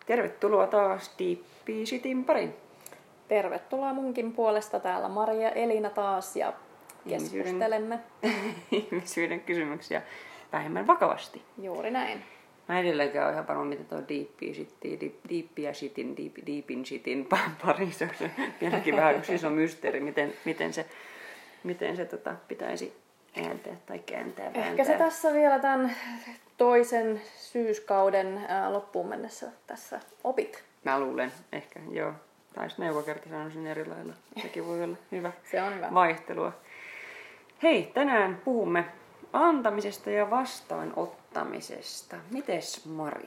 Tervetuloa taas Deep Shitin pariin. Tervetuloa munkin puolesta. Täällä Maria ja Elina taas ja keskustelemme. Ihmisyyden kysymyksiä vähemmän vakavasti. Juuri näin. Mä edelleenkään ole ihan varma, mitä tuo Deepin Shitin pari. Se on vieläkin vähän yksi iso mysteeri, miten se pitäisi ääntää tai kääntää. Ehkä se tässä vielä tämän toisen syyskauden loppuun mennessä tässä opit. Mä luulen, ehkä joo. Tai sitten neuvokerta sanoisin eri lailla. Sekin voi olla hyvä. Se on hyvä. Vaihtelua. Hei, tänään puhumme antamisesta ja vastaanottamisesta. Mites Mari?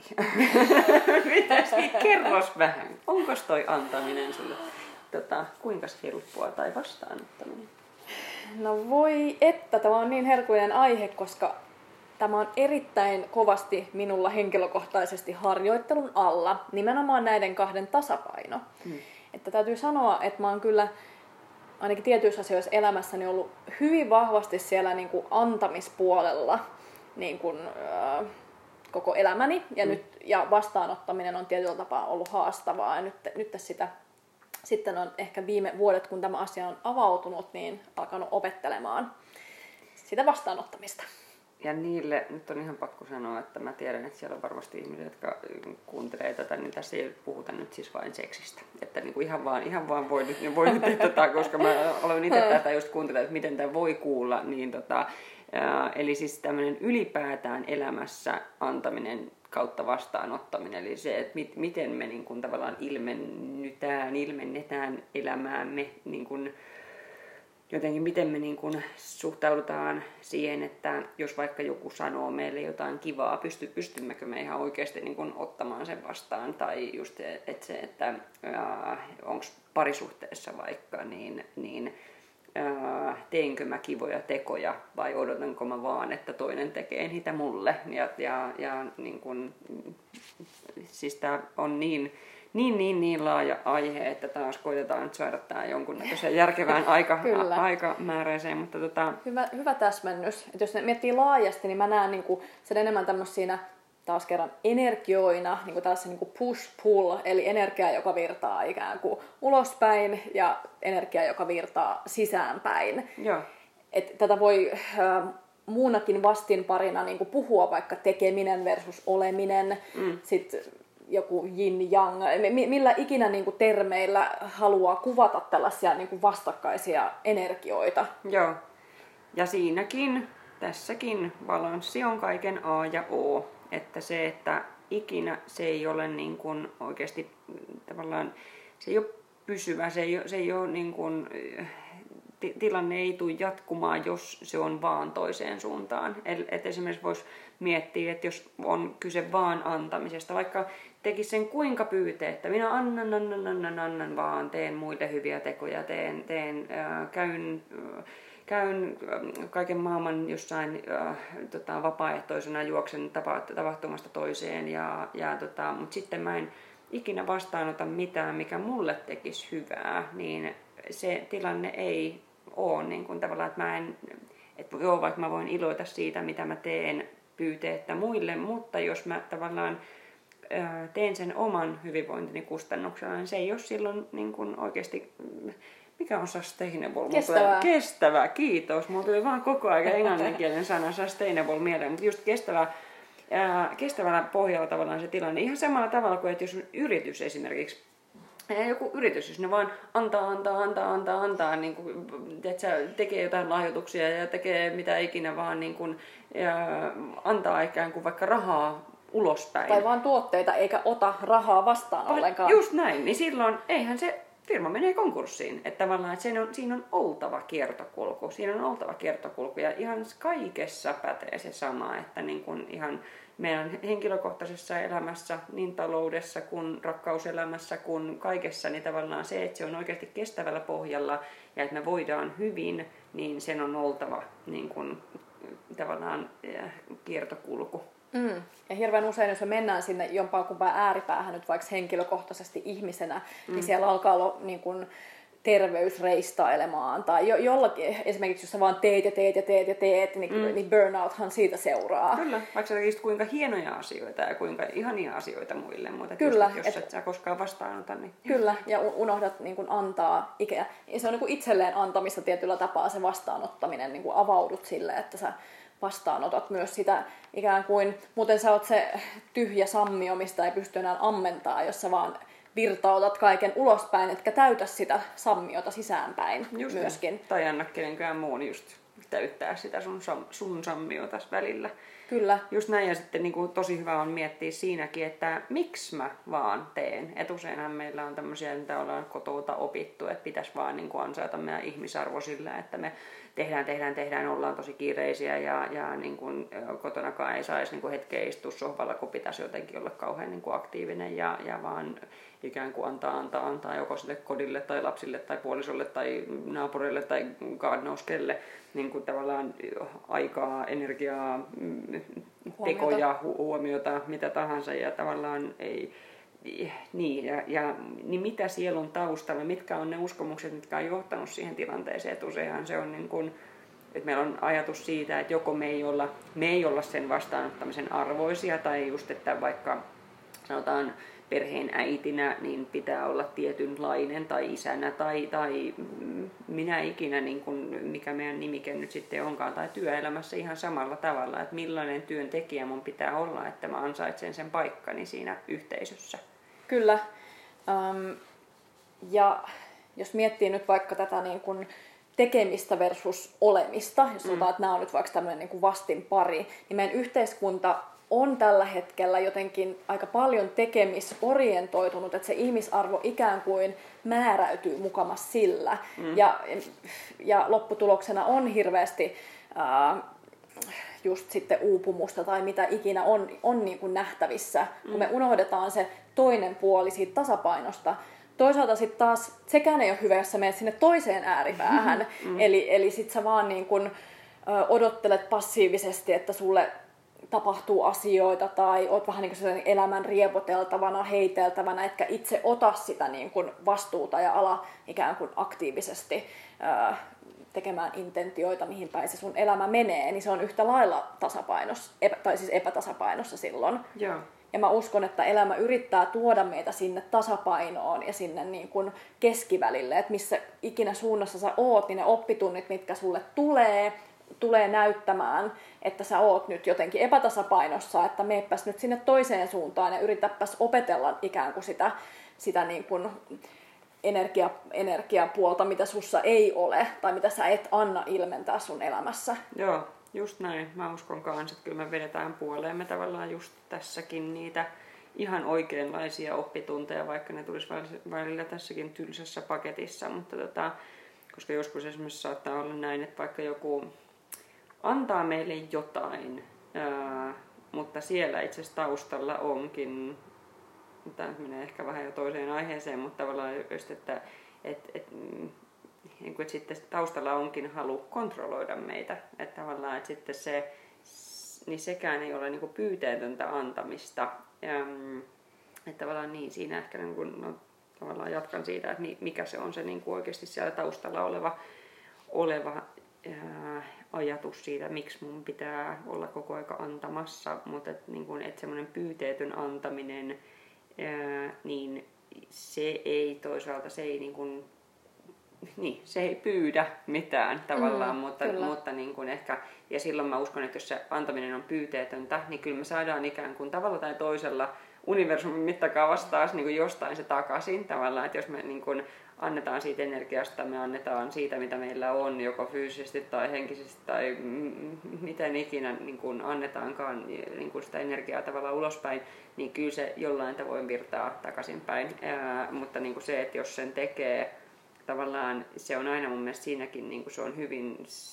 Kerros vähän. Onko toi antaminen sulle kuinka helppoa tai vastaanottaminen? No voi että, tämä on niin herkullinen aihe, koska tämä on erittäin kovasti minulla henkilökohtaisesti harjoittelun alla. Nimenomaan näiden kahden tasapaino. Että täytyy sanoa, että mä oon kyllä ainakin tietyissä asioissa elämässäni ollut hyvin vahvasti siellä niin kuin antamispuolella niin kuin, koko elämäni. Ja vastaanottaminen on tietyllä tapaa ollut haastavaa. Ja nyt sitä sitten on ehkä viime vuodet, kun tämä asia on avautunut, niin alkanut opettelemaan sitä vastaanottamista. Ja niille, nyt on ihan pakko sanoa, että mä tiedän, että siellä on varmasti ihmisiä, jotka kuuntelee tätä, niin tässä ei puhuta nyt siis vain seksistä. Että niin kuin ihan vaan voi nyt koska mä aloin itse tätä just kuuntelemaan, että miten tämä voi kuulla. Niin eli siis tämmöinen ylipäätään elämässä antaminen kautta vastaanottaminen, eli se, että miten me niin kuin tavallaan ilmennetään elämäämme, niin kuin jotenkin miten me niin kuin suhtaudutaan siihen, että jos vaikka joku sanoo meille jotain kivaa, pystymmekö me ihan oikeasti niin kuin ottamaan sen vastaan, tai just että onko parisuhteessa vaikka, niin teenkö mä kivoja tekoja vai odotanko mä vaan, että toinen tekee niitä mulle. Ja niin kun, siis tää on niin laaja aihe, että taas koitetaan nyt saada tää jonkunnäköiseen järkevään aikamääräiseen. Mutta hyvä täsmennys. Et jos miettii laajasti, niin mä näen niinku sen enemmän tämmöisiä taas kerran energioina, niin kuin tällaisen niin kuin push-pull, eli energia, joka virtaa ikään kuin ulospäin ja energia, joka virtaa sisäänpäin. Joo. Et tätä voi muunakin vastinparina niin kuin puhua, vaikka tekeminen versus oleminen, sitten joku yin-yang, millä ikinä niin kuin termeillä haluaa kuvata tällaisia niin kuin vastakkaisia energioita. Joo, ja tässäkin balanssi on kaiken A ja O. Että se, että ikinä se ei ole niin kuin oikeasti tavallaan, se ei ole pysyvä, se ei ole niin kuin, tilanne ei tule jatkumaan, jos se on vaan toiseen suuntaan. Et esimerkiksi voisi miettiä, että jos on kyse vaan antamisesta, vaikka tekisi sen kuinka pyyteettä, minä annan vaan, teen muille hyviä tekoja, käyn kaiken maailman jossain vapaaehtoisena, juoksen tapahtumasta toiseen, mutta sitten mä en ikinä vastaanota mitään, mikä mulle tekisi hyvää, niin se tilanne ei ole niin kuin tavallaan, että vaikka mä voin iloita siitä, mitä mä teen pyyteettä muille, mutta jos mä tavallaan teen sen oman hyvinvointini kustannuksella, niin se ei ole silloin niin kuin oikeasti. Mikä on sustainable? Kestävä, kiitos. Mulla tuli vaan koko ajan englanninkielen sana sustainable mieleen, mutta just kestävällä pohjalla tavallaan se tilanne. Ihan samalla tavalla kuin, että jos yritys esimerkiksi, joku yritys, jos ne vaan antaa niin kuin, tekee jotain lahjoituksia ja tekee mitä ikinä vaan niin kuin, antaa ikään kuin vaikka rahaa ulospäin. Tai vaan tuotteita eikä ota rahaa vastaan ollenkaan. Just näin, niin silloin eihän se firma menee konkurssiin. Että tavallaan että siinä on oltava kiertokulku. Siinä on oltava kiertokulku ja ihan kaikessa pätee se sama, että niin kuin ihan meidän henkilökohtaisessa elämässä, niin taloudessa kuin rakkauselämässä kuin kaikessa, niin tavallaan se, että se on oikeasti kestävällä pohjalla ja että me voidaan hyvin, niin sen on oltava niin kuin, tavallaan kiertokulku. Ja hirveän usein, jos me mennään sinne jompaan kumpaan ääripäähän nyt vaikka henkilökohtaisesti ihmisenä, niin siellä alkaa olla niin kuin terveysreistailemaan tai jollakin, esimerkiksi jos sä vaan teet, niin burnouthan siitä seuraa. Kyllä, vaikka sä tekisit kuinka hienoja asioita ja kuinka ihania asioita muille, mutta kyllä, jos et sä koskaan vastaanota, niin... Kyllä, ja unohdat niin kuin antaa ikään. Se on niin kuin itselleen antamista tietyllä tapaa se vastaanottaminen, niin kuin avaudut sille, että sä vastaanotat myös sitä ikään kuin, muuten sä oot se tyhjä sammio, mistä ei pysty enää ammentaa, jos sä vaan virtautat kaiken ulospäin, etkä täytä sitä sammiota sisäänpäin just myöskin. Niin. Tai anna kenenkään muun just täyttää sitä sun sammiota välillä. Kyllä. Just näin, ja sitten niin kuin, tosi hyvä on miettiä siinäkin, että miksi mä vaan teen. Et useinhan meillä on tämmöisiä, mitä ollaan kotouta opittu, että pitäisi vaan niin kuin ansaita meidän ihmisarvo sillä, että me tehdään, ollaan tosi kiireisiä ja niin kuin, kotonakaan ei saisi niin kuin hetkeä istua sohvalla, kun pitäisi jotenkin olla kauhean niin kuin aktiivinen ja vaan ikään kuin antaa joko sille kodille tai lapsille tai puolisolle tai naapurille tai God knows kelle, niin kuin tavallaan aikaa, energiaa, tekoja, huomiota, mitä tahansa ja tavallaan ei... Niin, niin mitä siellä on taustalla, mitkä on ne uskomukset, mitkä on johtanut siihen tilanteeseen, että useinhan se on niin kuin, että meillä on ajatus siitä, että joko me ei olla sen vastaanottamisen arvoisia tai just, että vaikka sanotaan perheen äitinä, niin pitää olla tietynlainen tai isänä tai minä ikinä, niin kuin, mikä meidän nimike nyt sitten onkaan, tai työelämässä ihan samalla tavalla, että millainen työntekijä mun pitää olla, että mä ansaitsen sen paikkani siinä yhteisössä. Kyllä. Ja jos miettii nyt vaikka tätä niin kuin tekemistä versus olemista, jos sanotaan, että nämä on nyt vaikka tämmöinen niin kuin vastinpari, niin meidän yhteiskunta on tällä hetkellä jotenkin aika paljon tekemisorientoitunut, että se ihmisarvo ikään kuin määräytyy mukamas sillä. Ja lopputuloksena on hirveästi just sitten uupumusta tai mitä ikinä on niin kuin nähtävissä, kun me unohdetaan se toinen puoli siitä tasapainosta. Toisaalta sitten taas sekään ei ole hyvä, jos sä menet sinne toiseen ääripäähän. Eli sit sä vaan niin kun odottelet passiivisesti, että sulle tapahtuu asioita tai oot vähän niin kuin elämän riepoteltavana, heiteltävänä, etkä itse ota sitä niin kuin vastuuta ja ala ikään kuin aktiivisesti tekemään intentioita, mihin päin se sun elämä menee, niin se on yhtä lailla tasapainossa, tai siis epätasapainossa silloin. Joo. Ja mä uskon, että elämä yrittää tuoda meitä sinne tasapainoon ja sinne niin kuin keskivälille, että missä ikinä suunnassa sä oot, niin ne oppitunnit, mitkä sulle tulee näyttämään, että sä oot nyt jotenkin epätasapainossa, että meepäs nyt sinne toiseen suuntaan ja yritäpäs opetella ikään kuin sitä niin kuin energiapuolta, mitä sussa ei ole tai mitä sä et anna ilmentää sun elämässä. Joo, just näin. Mä uskon kanssa, että kyllä me vedetään puoleemme tavallaan just tässäkin niitä ihan oikeanlaisia oppitunteja, vaikka ne tulisi välillä tässäkin tylsässä paketissa, mutta koska joskus esimerkiksi saattaa olla näin, että vaikka joku antaa meille jotain, mutta siellä itse asiassa taustalla onkin, tämä menee ehkä vähän jo toiseen aiheeseen, mutta tavallaan just, että sitten että onkin halu kontrolloida meitä. Että tavallaan, että sitten niin sekään ei ole niin kuin pyyteetöntä antamista. Että tavallaan niin, siinä ehkä niin kuin, tavallaan jatkan siitä, että mikä se on se niin kuin oikeasti siellä taustalla oleva ajatus siitä, miksi mun pitää olla koko aika antamassa, mutta niin kuin, että semmoinen pyyteetön antaminen, niin se ei toisaalta, se ei niin kuin, niin, se ei pyydä mitään tavallaan, mutta niin kuin ehkä, ja silloin mä uskon, että jos se antaminen on pyyteetöntä, niin kyllä me saadaan ikään kuin tavalla tai toisella universumin mittakaavassa taas niin kuin jostain se takaisin tavallaan, että jos me niin kuin annetaan siitä energiasta, me annetaan siitä, mitä meillä on, joko fyysisesti tai henkisesti tai miten ikinä niin kuin annetaankaan niin kuin sitä energiaa tavallaan ulospäin, niin kyllä se jollain tavoin virtaa takaisinpäin. Mutta niin kuin se, että jos sen tekee, tavallaan se on aina mun mielestä siinäkin, niin kuin se on hyvin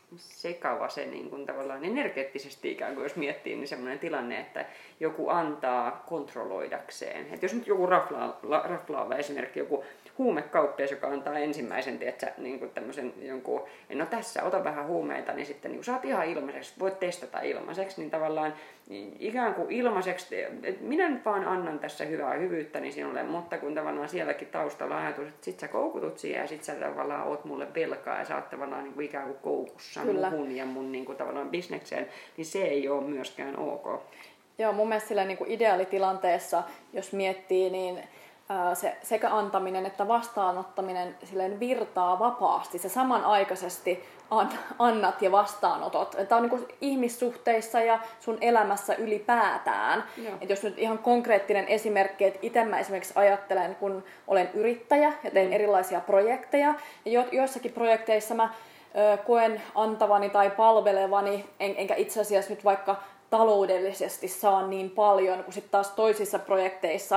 sekava se niin kuin tavallaan energeettisesti ikään kuin, jos miettii, niin semmoinen tilanne, että joku antaa kontrolloidakseen. Että jos nyt joku raflaava esimerkki, joku huumekauppias, joka antaa ensimmäisen, tiedätkö, niin kuin tämmöisen jonkun, no tässä, ota vähän huumeita, niin sitten niin saat ihan ilmaiseksi, voit testata ilmaiseksi, niin tavallaan ikään kuin ilmaiseksi, että minä nyt vaan annan tässä hyvää hyvyyttäni sinulle, mutta kun tavallaan sielläkin taustalla ajatus, että sit sä koukutut siihen ja sit sä tavallaan oot mulle velkaa ja sä oot tavallaan niin kuin ikään kuin koukussa muhun ja mun niin kuin tavallaan bisnekseen, niin se ei ole myöskään ok. Joo, mun mielestä sillä niin kuin ideaalitilanteessa, jos miettii, niin se sekä antaminen että vastaanottaminen silleen virtaa vapaasti. Se samanaikaisesti annat ja vastaanotot. Tämä on niin kuin ihmissuhteissa ja sun elämässä ylipäätään. Et jos nyt ihan konkreettinen esimerkki, että itse mä esimerkiksi ajattelen, kun olen yrittäjä ja teen erilaisia projekteja. Ja joissakin projekteissa mä koen antavani tai palvelevani, enkä itse asiassa nyt vaikka taloudellisesti saa niin paljon, kun sitten taas toisissa projekteissa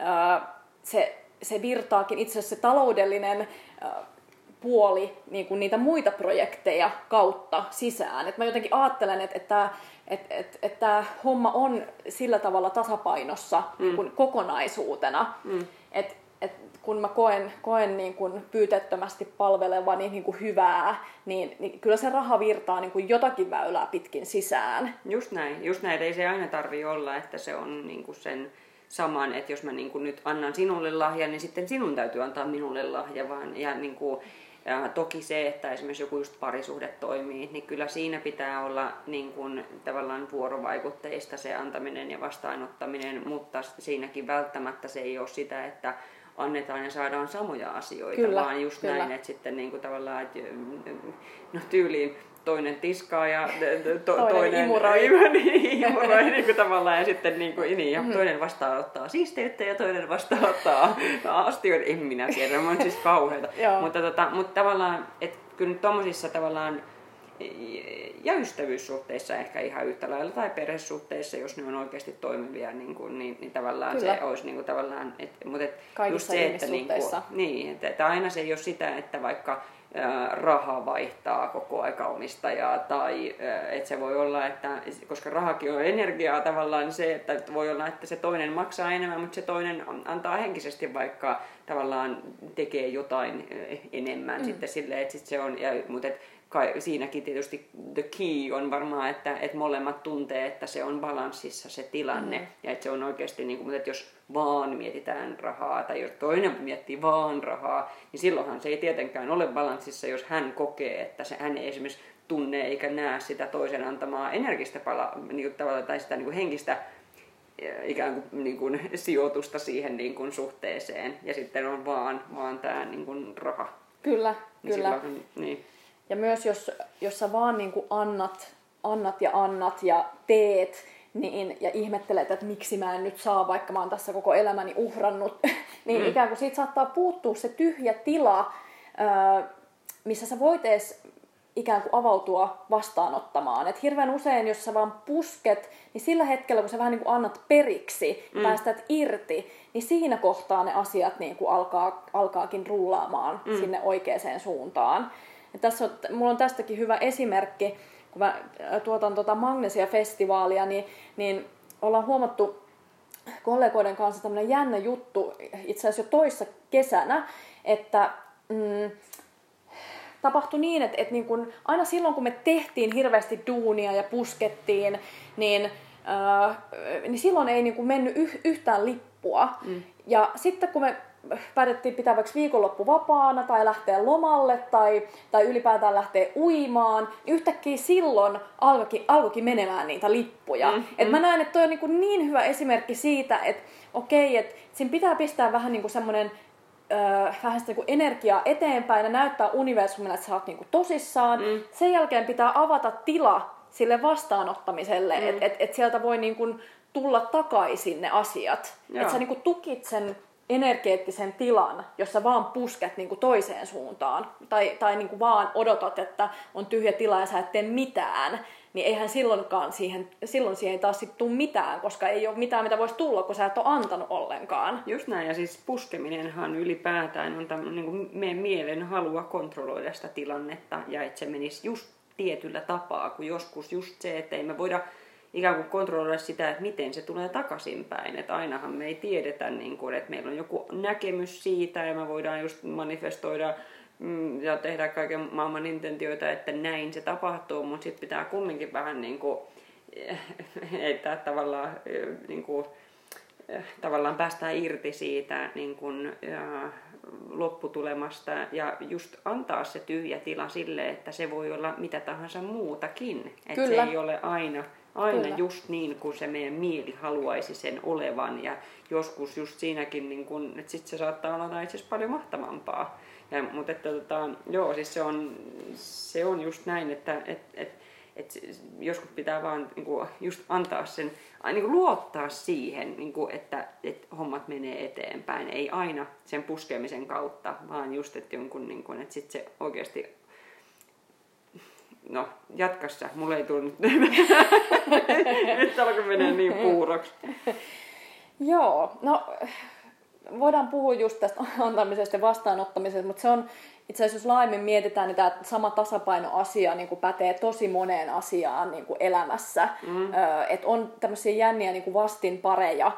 se virtaakin itse asiassa se taloudellinen puoli niin kuin niitä muita projekteja kautta sisään. Et mä jotenkin ajattelen, että tämä homma on sillä tavalla tasapainossa niin kuin kokonaisuutena. Et kun mä koen niin kuin pyytettömästi palvelevani niin kuin hyvää, niin kyllä se raha virtaa niin kuin jotakin väylää pitkin sisään. Just näin. Ei se aina tarvitse olla, että se on niin kuin sen saman, että jos mä niin kuin nyt annan sinulle lahjan, niin sitten sinun täytyy antaa minulle lahja. Ja toki se, että esimerkiksi joku just parisuhde toimii, niin kyllä siinä pitää olla niin kuin tavallaan vuorovaikutteista se antaminen ja vastaanottaminen, mutta siinäkin välttämättä se ei ole sitä, että annetaan ja saadaan samoja asioita, vaan just näin, että sitten niin kuin tavallaan, että no tyyliin toinen tiskaa ja toinen imuroi niin kuin tavallaan ja sitten niin kuin, niin, ja toinen vastaanottaa siisteyttä ja toinen vastaanottaa astioita, en minä tiedä, on siis kauheita. mutta tavallaan, että kyllä tommosissa tavallaan ja ystävyyssuhteissa ehkä ihan yhtä lailla tai perhesuhteissa, jos ne on oikeasti toimivia, niin tavallaan kyllä. Se olisi niin kuin tavallaan, mutta just se, että aina se ei ole sitä, että vaikka raha vaihtaa koko aika omistajaa tai että se voi olla, että koska rahakin on energiaa tavallaan, niin se, että voi olla, että se toinen maksaa enemmän, mutta se toinen antaa henkisesti vaikka tavallaan tekee jotain enemmän sitten silleen, että sit se on, mutta siinäkin tietysti the key on varmaan, että molemmat tuntee, että se on balanssissa se tilanne ja että se on oikeasti, niin kuin, mutta että jos vaan mietitään rahaa tai jos toinen miettii vaan rahaa, niin silloinhan se ei tietenkään ole balanssissa, jos hän kokee, että hän ei esimerkiksi tunne eikä näe sitä toisen antamaa energistä tai sitä niin kuin henkistä ikään kuin, sijoitusta siihen niin kuin suhteeseen ja sitten on vaan tämä niin kuin raha. Kyllä. Niin. Ja myös jos sä vaan niin kuin annat ja teet, niin, ja ihmettelet, että miksi mä en nyt saa, vaikka mä oon tässä koko elämäni uhrannut, niin ikään kuin siitä saattaa puuttua se tyhjä tila, missä sä voit edes ikään kuin avautua vastaanottamaan. Et hirveän usein, jos sä vaan pusket, niin sillä hetkellä, kun sä vähän niin kuin annat periksi, päästät irti, niin siinä kohtaa ne asiat niin kuin alkaakin rullaamaan sinne oikeaan suuntaan. Ja mulla on tästäkin hyvä esimerkki, kun mä tuotan Magnesia-festivaalia, niin ollaan huomattu kollegoiden kanssa tämmöinen jännä juttu, itse asiassa jo toissa kesänä, että tapahtui niin, että niin kun, aina silloin kun me tehtiin hirveästi duunia ja puskettiin, niin silloin ei niin kun mennyt yhtään lippua. Ja sitten kun me päätettiin pitää vaikka viikonloppu vapaana tai lähteä lomalle tai ylipäätään lähteä uimaan, niin yhtäkkiä silloin alkoikin menemään niitä lippuja. Et mä näen, että toi on niin hyvä esimerkki siitä, että okei, että siinä pitää pistää vähän niin kuin semmoinen vähän sitä niin energiaa eteenpäin ja näyttää universumille, että sä oot niin tosissaan. Sen jälkeen pitää avata tila sille vastaanottamiselle, että sieltä voi niin kuin tulla takaisin ne asiat. Että sä niin kuin tukit sen energeettisen tilan, jossa vaan pusket niin kuin toiseen suuntaan tai niin kuin vaan odotat, että on tyhjä tila ja sä et tee mitään, niin eihän silloin siihen ei taas sit tule mitään, koska ei ole mitään, mitä voisi tulla, kun sä et ole antanut ollenkaan. Just näin, ja siis puskeminenhan ylipäätään on tämmöinen niin kuin meidän mielen halua kontrolloida sitä tilannetta, ja että se menisi just tietyllä tapaa, kun joskus just se, että ei me voida ikään kuin kontrolloida sitä, että miten se tulee takaisinpäin. Että ainahan me ei tiedetä, niin kuin, että meillä on joku näkemys siitä ja me voidaan just manifestoida ja tehdä kaiken maailman intentioita, että näin se tapahtuu, mutta sitten pitää kumminkin vähän niin kuin, heittää tavallaan, niin kuin, tavallaan päästään irti siitä niin kuin, lopputulemasta ja just antaa se tyhjä tila sille, että se voi olla mitä tahansa muutakin. Että se ei ole aina just niin kuin se meidän mieli haluaisi sen olevan ja joskus just siinäkin, niin kuin, että sitten se saattaa olla itse asiassa paljon mahtavampaa. Mutta että, joo, siis se on just näin, että joskus pitää vaan niin kuin, just antaa sen, niin kuin luottaa siihen, niin kuin, että hommat menee eteenpäin. Ei aina sen puskemisen kautta, vaan just, että jonkun, niin kuin, että sit se oikeasti, no jatkassa, mulla ei tule nyt alkoi menee niin puuroksi. Joo, no voidaan puhua just tästä antamisesta ja vastaanottamisesta, mutta se on itse asiassa, jos laajemmin mietitään, niin tämä sama tasapainoasia niin kuin pätee tosi moneen asiaan niin kuin elämässä. Että on tämmöisiä jänniä niin kuin vastinpareja,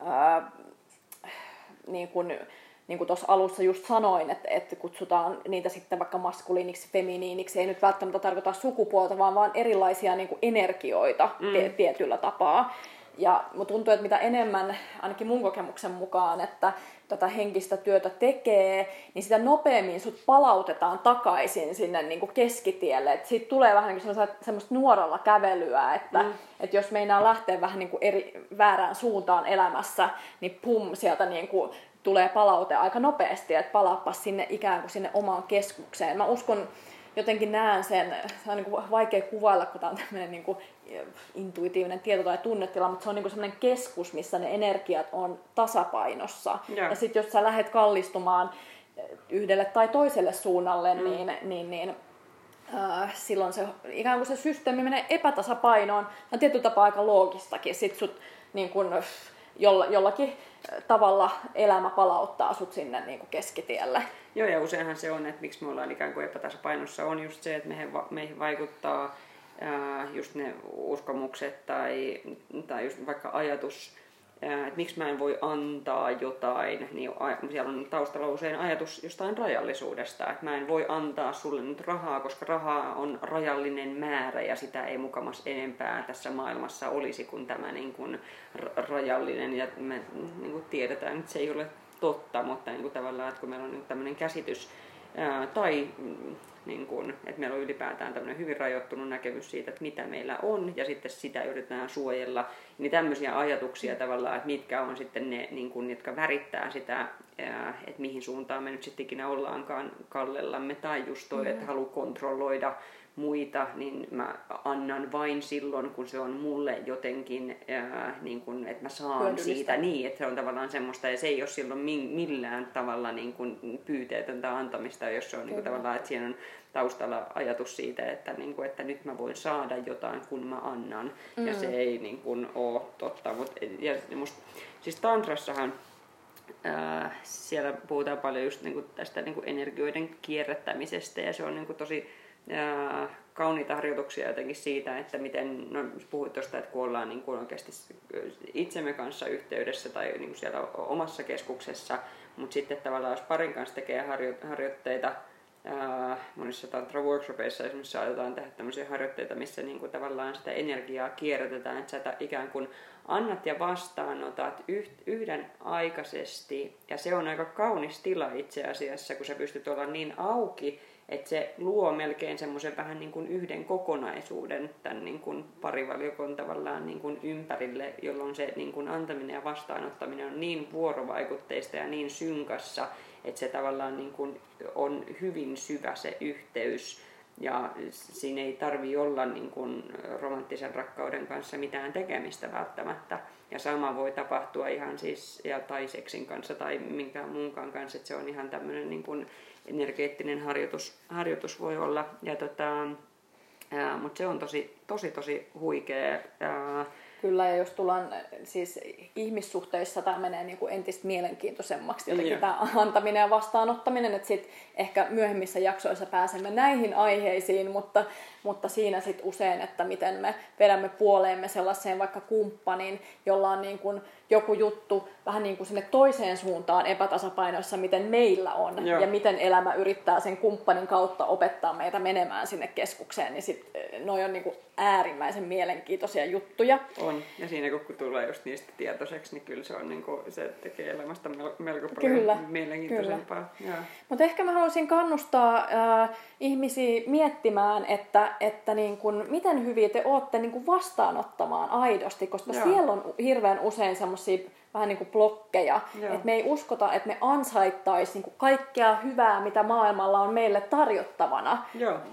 niin kuin tuossa alussa just sanoin, että kutsutaan niitä sitten vaikka maskuliiniksi, feminiiniksi. Ei nyt välttämättä tarkoita sukupuolta, vaan erilaisia niin kuin energioita tietyllä tapaa. Ja musta tuntuu, että mitä enemmän, ainakin mun kokemuksen mukaan, että tätä henkistä työtä tekee, niin sitä nopeammin sut palautetaan takaisin sinne niin kuin keskitielle. Et siitä tulee vähän niin kuin semmoista nuoralla kävelyä, että jos meinaa lähteä vähän niin kuin väärään suuntaan elämässä, niin pum, sieltä niin kuin tulee palaute aika nopeasti, että palaappas sinne ikään kuin sinne omaan keskukseen. Mä uskon, jotenkin näen sen, se on niin kuin vaikea kuvailla, kun tämä on tämmöinen niin kuin intuitiivinen tieto tai tunnetila, mutta se on niin kuin semmoinen keskus, missä ne energiat on tasapainossa. Ja sitten jos sä lähdet kallistumaan yhdelle tai toiselle suunnalle, niin silloin se, ikään kuin se systeemi menee epätasapainoon. On tietyllä tapaa aika loogistakin. Sitten sut niin kuin jollakin tavalla elämä palauttaa sut sinne niin kuin keskitielle. Joo, ja useinhan se on, että miksi me ollaan ikään kuin epätasapainossa, on just se, että meihin vaikuttaa just ne uskomukset tai just vaikka ajatus, että miksi mä en voi antaa jotain, niin siellä on taustalla usein ajatus jostain rajallisuudesta, että mä en voi antaa sulle nyt rahaa, koska rahaa on rajallinen määrä ja sitä ei mukamas enempää tässä maailmassa olisi kuin tämä niin kuin rajallinen, ja me niin kuin tiedetään, että se ei ole totta, mutta niin kuin tavallaan, että kun meillä on niin tämmöinen käsitys tai niin kuin, että meillä on ylipäätään tämmöinen hyvin rajoittunut näkemys siitä, että mitä meillä on, ja sitten sitä yritetään suojella. Niin tämmöisiä ajatuksia tavallaan, että mitkä on sitten ne, niin kuin, jotka värittää sitä, että mihin suuntaan me nyt sitten ikinä ollaankaan kallellamme, tai just toi, että haluaa kontrolloida muita, niin mä annan vain silloin, kun se on mulle jotenkin, niin kuin, että mä saan siitä niin, että se on tavallaan semmoista, ja se ei ole silloin millään tavalla niin kuin pyyteetöntä antamista, jos se on niin kuin tavallaan, että siinä on taustalla ajatus siitä, että, niin kuin, että nyt mä voin saada jotain, kun mä annan, ja se ei niin kuin ole totta. Siis tantrassahan siellä puhutaan paljon just niin kuin tästä niin kuin energioiden kierrättämisestä, ja se on niin kuin tosi kauniita harjoituksia jotenkin siitä, että miten, no puhuit tuosta, että kun ollaan niin kuin oikeasti itsemme kanssa yhteydessä tai niin kuin siellä omassa keskuksessa, mutta sitten tavallaan jos parin kanssa tekee harjoitteita, monissa tantra-workshopeissa esimerkiksi saatetaan tehdä tämmöisiä harjoitteita, missä niin kuin tavallaan sitä energiaa kierrätetään, että sä ikään kuin annat ja vastaanotat yhdenaikaisesti, ja se on aika kaunis tila itse asiassa, kun sä pystyt olla niin auki, että se luo melkein semmoisen vähän niin kuin yhden kokonaisuuden tämän niin kuin parivaljokon tavallaan niin kuin ympärille, jolloin se niin kuin antaminen ja vastaanottaminen on niin vuorovaikutteista ja niin synkassa, että se tavallaan niin kuin on hyvin syvä se yhteys. Ja siinä ei tarvitse olla niin kuin romanttisen rakkauden kanssa mitään tekemistä välttämättä. Ja sama voi tapahtua ihan siis, tai seksin kanssa tai minkään muunkaan kanssa, että se on ihan tämmöinen niin kuin energeettinen harjoitus voi olla. Mutta se on tosi huikea. Kyllä, ja jos tullaan siis ihmissuhteissa, tämä menee niin kuin entistä mielenkiintoisemmaksi jotenkin tämä antaminen ja vastaanottaminen, että sitten ehkä myöhemmissä jaksoissa pääsemme näihin aiheisiin, mutta siinä sitten usein, että miten me vedämme puoleemme sellaiseen vaikka kumppanin, jolla on niin kuin joku juttu vähän niin kuin sinne toiseen suuntaan epätasapainoissa, miten meillä on, ja miten elämä yrittää sen kumppanin kautta opettaa meitä menemään sinne keskukseen, niin sitten noi on niin kuin äärimmäisen mielenkiintoisia juttuja. On, ja siinä kun tulee just niistä tietoiseksi, niin kyllä se on niin kuin, se tekee elämästä melko paljon mielenkiintoisempaa. Mutta ehkä mä haluaisin kannustaa ihmisiä miettimään, että niin kun, miten hyviä te ootte niin kun vastaanottamaan aidosti, koska siellä on hirveän usein semmoisia vähän niin kuin blokkeja, että me ei uskota, että me ansaittaisi niin kuin kaikkea hyvää, mitä maailmalla on meille tarjottavana.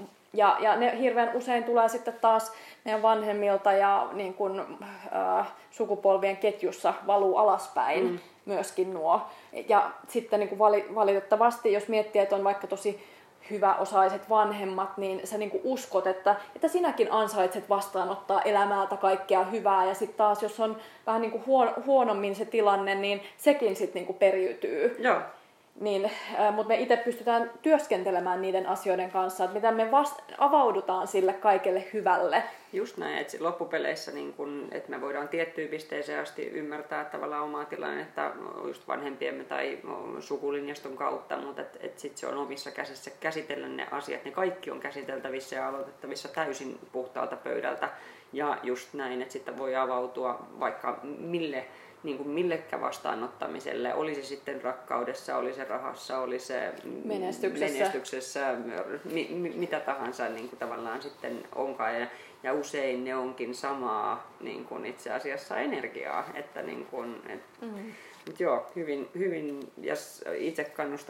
Ja ne hirveän usein tulee sitten taas meidän vanhemmilta ja niin kuin, sukupolvien ketjussa valuu alaspäin myöskin nuo. Ja sitten niin kuin valitettavasti, jos miettii, että on vaikka tosi hyväosaiset vanhemmat, niin sä niin kuin uskot, että sinäkin ansaitset vastaanottaa elämältä kaikkea hyvää. Ja sitten taas, jos on vähän niin kuin huonommin se tilanne, niin sekin sitten niin kuin periytyy. Joo. Niin, mutta me itse pystytään työskentelemään niiden asioiden kanssa, että miten me avaudutaan sille kaikelle hyvälle. Just näin, että loppupeleissä, niin kun, että me voidaan tiettyyn pisteeseen asti ymmärtää tavallaan omaa tilannetta just vanhempiemme tai sukulinjaston kautta, mutta et sit se on omissa käsissä käsitellä ne asiat. Ne kaikki on käsiteltävissä ja aloitettavissa täysin puhtaalta pöydältä. Ja just näin, että sitten voi avautua vaikka niin kuin millekä vastaanottamiselle, oli se sitten rakkaudessa, oli se rahassa, oli se menestyksessä mitä tahansa niin kuin tavallaan sitten onkaan. Ja usein ne onkin samaa niin kuin itse asiassa energiaa. Että niin kuin, mutta joo, hyvin ja itse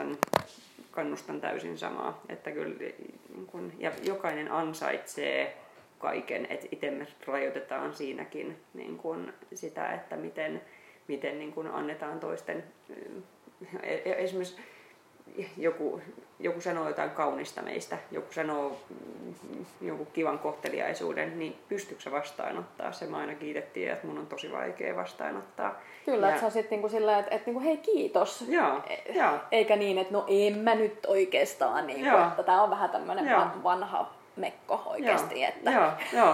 kannustan täysin samaa. Että kyllä, niin kuin, ja jokainen ansaitsee kaiken, että itse me rajoitetaan siinäkin niin kuin sitä, että miten niin kuin annetaan toisten, esimerkiksi joku sanoo jotain kaunista meistä, joku sanoo jonkun kivan kohteliaisuuden, niin pystytkö sä vastaanottaa? Se me aina kiitettiin, että mun on tosi vaikea vastaanottaa. Kyllä, että se on sitten niinku sillä, että niinku, hei kiitos. Eikä niin, että no en mä nyt oikeastaan, niinku, että tää on vähän tämmönen vanha mekko oikeasti. Joo.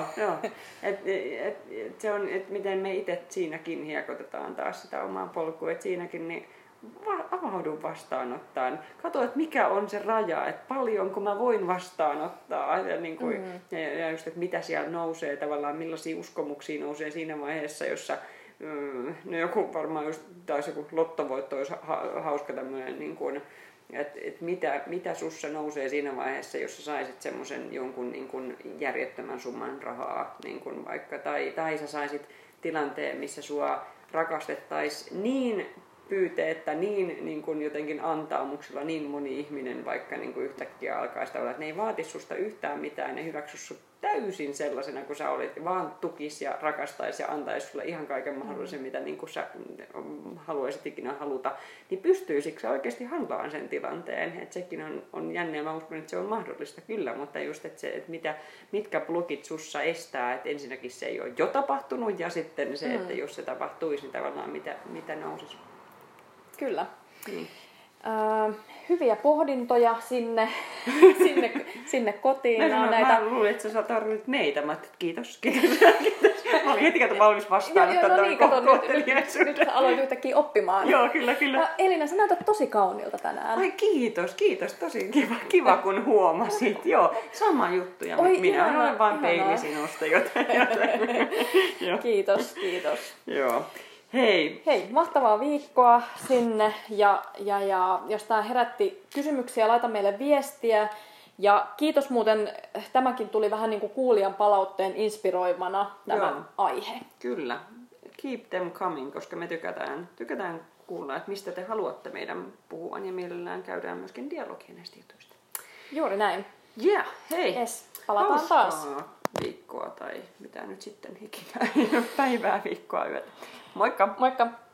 Se on, että miten me itse siinäkin hiekotetaan taas sitä omaa polkua, että siinäkin niin avaudun vastaanottaan. Kato, että mikä on se raja, että paljonko mä voin vastaanottaa ja, niin kuin, ja just, että mitä siellä nousee tavallaan, millaisia uskomuksia nousee siinä vaiheessa, jossa no joku varmaan just taas joku lottovoitto olisi hauska tämmöinen niin kuin, että mitä sussa nousee siinä vaiheessa, jos sä saisit semmoisen jonkun niin kuin järjettömän summan rahaa niin kuin vaikka, tai sä saisit tilanteen, missä sua rakastettaisiin niin pyyteettä, niin kuin jotenkin antaumuksella niin moni ihminen vaikka niin kuin yhtäkkiä alkaisi tavallaan, että ne ei vaatisi susta yhtään mitään, ne hyväksy sut täysin sellaisena kuin sä olit, vaan tukisi ja rakastaisi ja antaisi sulle ihan kaiken mahdollisen, mitä niin kuin sä haluaisit ikinä haluta, niin pystyisikö sä oikeasti handlaan sen tilanteen? Että sekin on jännä ja mä uskon, että se on mahdollista kyllä, mutta just, että mitkä blokit sussa estää, että ensinnäkin se ei ole jo tapahtunut ja sitten se, että jos se tapahtuisi, niin tavallaan mitä nousisi. Kyllä. Hyviä pohdintoja sinne kotiin. Mä luulin, että sä tarvitset meitä. Mä ajattelin, kiitos. Mä olin heti valmis vastaanottaa nyt aloin yhtäkkiä oppimaan. Joo, kyllä. Elina, sä näytät tosi kauniilta tänään. Ai kiitos. Tosi kiva kun huomasit. Joo, sama juttu. Ja minä olen vain peili sinusta. Kiitos. Joo. Hei, mahtavaa viikkoa sinne ja jos tää herätti kysymyksiä, laita meille viestiä. Ja kiitos muuten, tämäkin tuli vähän niin kuin kuulijan palautteen inspiroimana tämä aihe. Kyllä, keep them coming, koska me tykätään kuulla, että mistä te haluatte meidän puhuvan ja mielellään käydään myöskin dialogia näistä jutuista. Juuri näin. Hei, palataan taas. Viikkoa tai mitä nyt sitten ikinä, päivää, viikkoa, yötä. Moikka!